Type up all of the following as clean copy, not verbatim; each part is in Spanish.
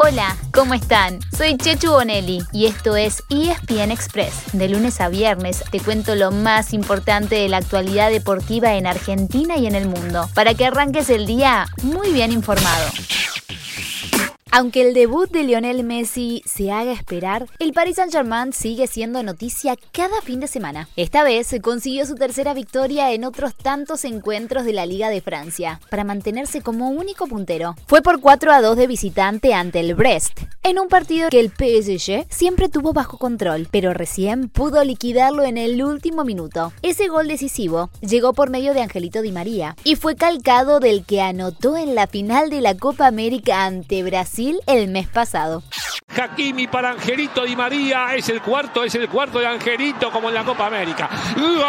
Hola, ¿cómo están? Soy Chechu Bonelli y esto es ESPN Express. De lunes a viernes te cuento lo más importante de la actualidad deportiva en Argentina y en el mundo, para que arranques el día muy bien informado. Aunque el debut de Lionel Messi se haga esperar, el Paris Saint-Germain sigue siendo noticia cada fin de semana. Esta vez consiguió su tercera victoria en otros tantos encuentros de la Liga de Francia, para mantenerse como único puntero. Fue por 4-2 de visitante ante el Brest, en un partido que el PSG siempre tuvo bajo control, pero recién pudo liquidarlo en el último minuto. Ese gol decisivo llegó por medio de Angelito Di María y fue calcado del que anotó en la final de la Copa América ante Brasil el mes pasado. Hakimi para Angelito Di María, es el cuarto de Angelito como en la Copa América. ¡Gol!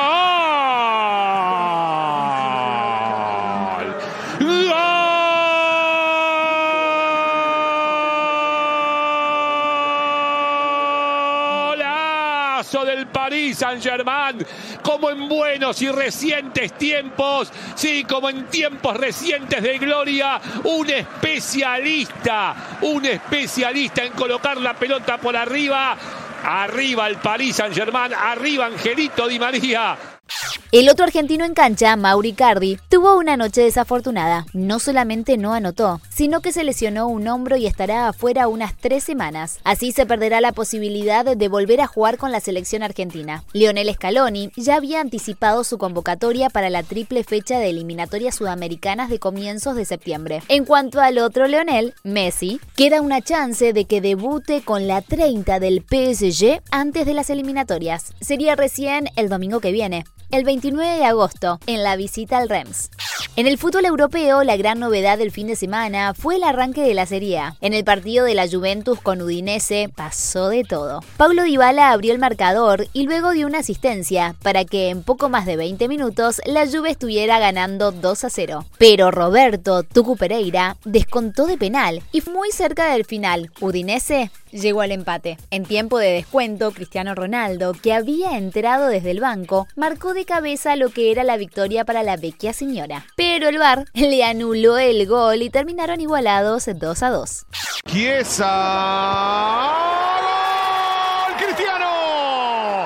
¡Golazo del Paris Saint-Germain! Como en buenos y recientes tiempos, sí, como en tiempos recientes de gloria, un especialista en colocar la pelota por arriba. Arriba el Paris Saint-Germain, arriba Angelito Di María. El otro argentino en cancha, Mauro Icardi, tuvo una noche desafortunada. No solamente no anotó, sino que se lesionó un hombro y estará afuera unas 3 semanas. Así se perderá la posibilidad de volver a jugar con la selección argentina. Lionel Scaloni ya había anticipado su convocatoria para la triple fecha de eliminatorias sudamericanas de comienzos de septiembre. En cuanto al otro Lionel, Messi, queda una chance de que debute con la 30 del PSG antes de las eliminatorias. Sería recién el domingo que viene, el 29 de agosto, en la visita al Reims. En el fútbol europeo, la gran novedad del fin de semana fue el arranque de la Serie A. En el partido de la Juventus con Udinese pasó de todo. Paulo Dybala abrió el marcador y luego dio una asistencia para que en poco más de 20 minutos la Juve estuviera ganando 2-0. Pero Roberto Tucu Pereira descontó de penal y fue muy cerca del final. Udinese llegó al empate. En tiempo de descuento, Cristiano Ronaldo, que había entrado desde el banco, marcó de cabeza lo que era la victoria para la vecchia señora. Pero el VAR le anuló el gol y terminaron igualados 2-2. Chiesa. ¡Gol! ¡Cristiano!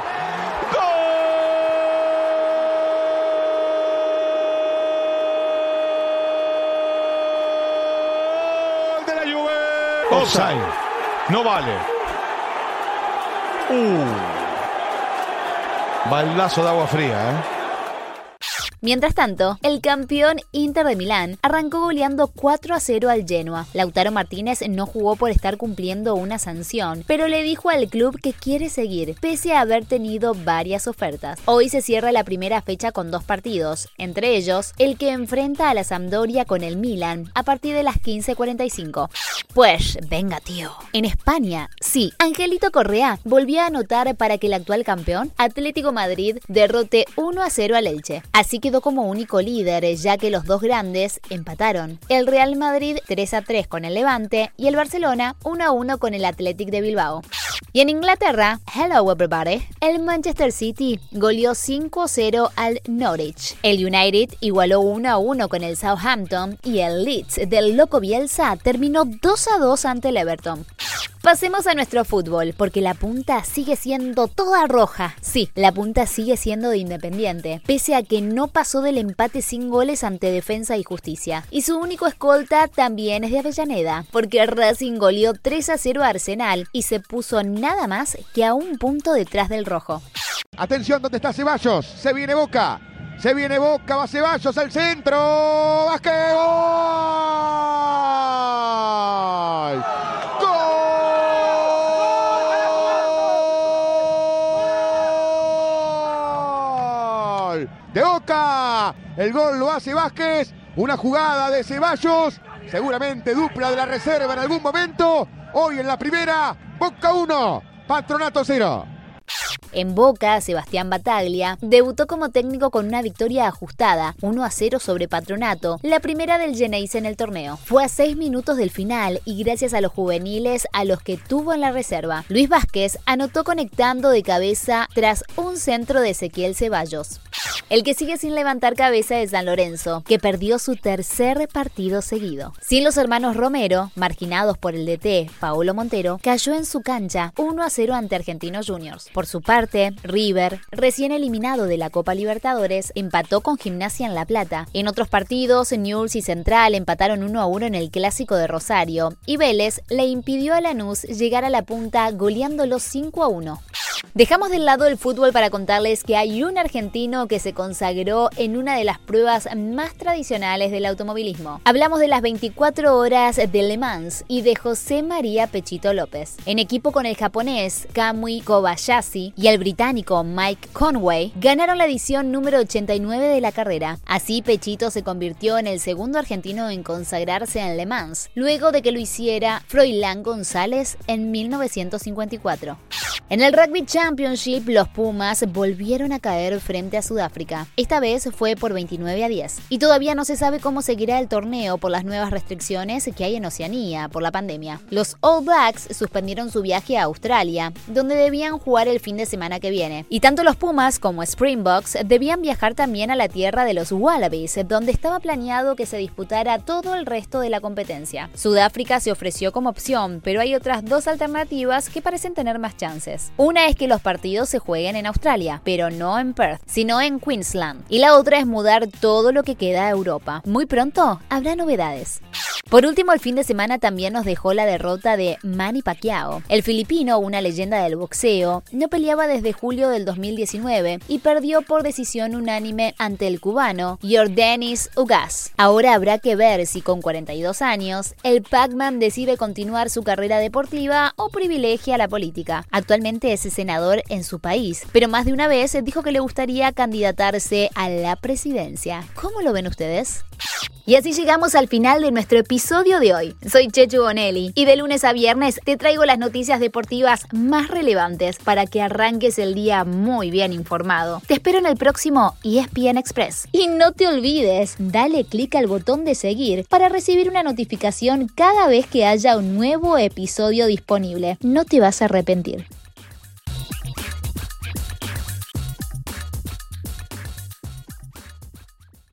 ¡Gol de la Juve! Offside. No vale. Baldazo de agua fría, Mientras tanto, el campeón Inter de Milán arrancó goleando 4-0 al Genoa. Lautaro Martínez no jugó por estar cumpliendo una sanción, pero le dijo al club que quiere seguir, pese a haber tenido varias ofertas. Hoy se cierra la primera fecha con 2 partidos, entre ellos el que enfrenta a la Sampdoria con el Milan a partir de las 15:45. Pues venga, tío. En España, sí, Angelito Correa volvió a anotar para que el actual campeón, Atlético Madrid, derrote 1-0 al Elche. Así quedó como único líder, ya que los dos grandes empataron. El Real Madrid 3-3 con el Levante y el Barcelona 1-1 con el Athletic de Bilbao. Y en Inglaterra, hello everybody, el Manchester City goleó 5-0 al Norwich. El United igualó 1-1 con el Southampton y el Leeds del Loco Bielsa terminó 2-2 ante el Everton. Pasemos a nuestro fútbol, porque la punta sigue siendo toda roja. Sí, la punta sigue siendo de Independiente, pese a que no pasó del empate sin goles ante Defensa y Justicia. Y su único escolta también es de Avellaneda, porque Racing goleó 3-0 a Arsenal y se puso nada más que a un punto detrás del rojo. Atención, ¿dónde está Ceballos? Se viene Boca, va Ceballos al centro. ¡Vázquez! ¡Gol! De Boca, el gol lo hace Vázquez, una jugada de Ceballos, seguramente dupla de la reserva en algún momento. Hoy en la primera, Boca 1, Patronato 0. En Boca, Sebastián Battaglia debutó como técnico con una victoria ajustada, 1-0 sobre Patronato, la primera del Geneise en el torneo. Fue a 6 minutos del final y gracias a los juveniles a los que tuvo en la reserva. Luis Vázquez anotó conectando de cabeza tras un centro de Ezequiel Ceballos. El que sigue sin levantar cabeza es San Lorenzo, que perdió su tercer partido seguido. Sin los hermanos Romero, marginados por el DT Paolo Montero, cayó en su cancha 1-0 ante Argentinos Juniors. Por su parte, River, recién eliminado de la Copa Libertadores, empató con Gimnasia en La Plata. En otros partidos, Newell's y Central empataron 1-1 en el Clásico de Rosario, y Vélez le impidió a Lanús llegar a la punta goleándolo 5-1. Dejamos de lado el fútbol para contarles que hay un argentino que se consagró en una de las pruebas más tradicionales del automovilismo. Hablamos de las 24 horas de Le Mans y de José María Pechito López. En equipo con el japonés Kamui Kobayashi y el británico Mike Conway, ganaron la edición número 89 de la carrera. Así, Pechito se convirtió en el segundo argentino en consagrarse en Le Mans, luego de que lo hiciera Froilán González en 1954. En el Rugby Championship, los Pumas volvieron a caer frente a Sudáfrica. Esta vez fue por 29-10. Y todavía no se sabe cómo seguirá el torneo por las nuevas restricciones que hay en Oceanía por la pandemia. Los All Blacks suspendieron su viaje a Australia, donde debían jugar el fin de semana que viene. Y tanto los Pumas como Springboks debían viajar también a la tierra de los Wallabies, donde estaba planeado que se disputara todo el resto de la competencia. Sudáfrica se ofreció como opción, pero hay otras dos alternativas que parecen tener más chances. Una es que los partidos se jueguen en Australia, pero no en Perth, sino en Queensland. Y la otra es mudar todo lo que queda a Europa. Muy pronto habrá novedades. Por último, el fin de semana también nos dejó la derrota de Manny Pacquiao. El filipino, una leyenda del boxeo, no peleaba desde julio del 2019 y perdió por decisión unánime ante el cubano Yordenis Ugas. Ahora habrá que ver si con 42 años el Pac-Man decide continuar su carrera deportiva o privilegia la política. Actualmente es senador en su país, pero más de una vez dijo que le gustaría candidatarse a la presidencia. ¿Cómo lo ven ustedes? Y así llegamos al final de nuestro episodio de hoy. Soy Chechu Bonelli y de lunes a viernes te traigo las noticias deportivas más relevantes para que arranques el día muy bien informado. Te espero en el próximo ESPN Express. Y no te olvides, dale clic al botón de seguir para recibir una notificación cada vez que haya un nuevo episodio disponible. No te vas a arrepentir.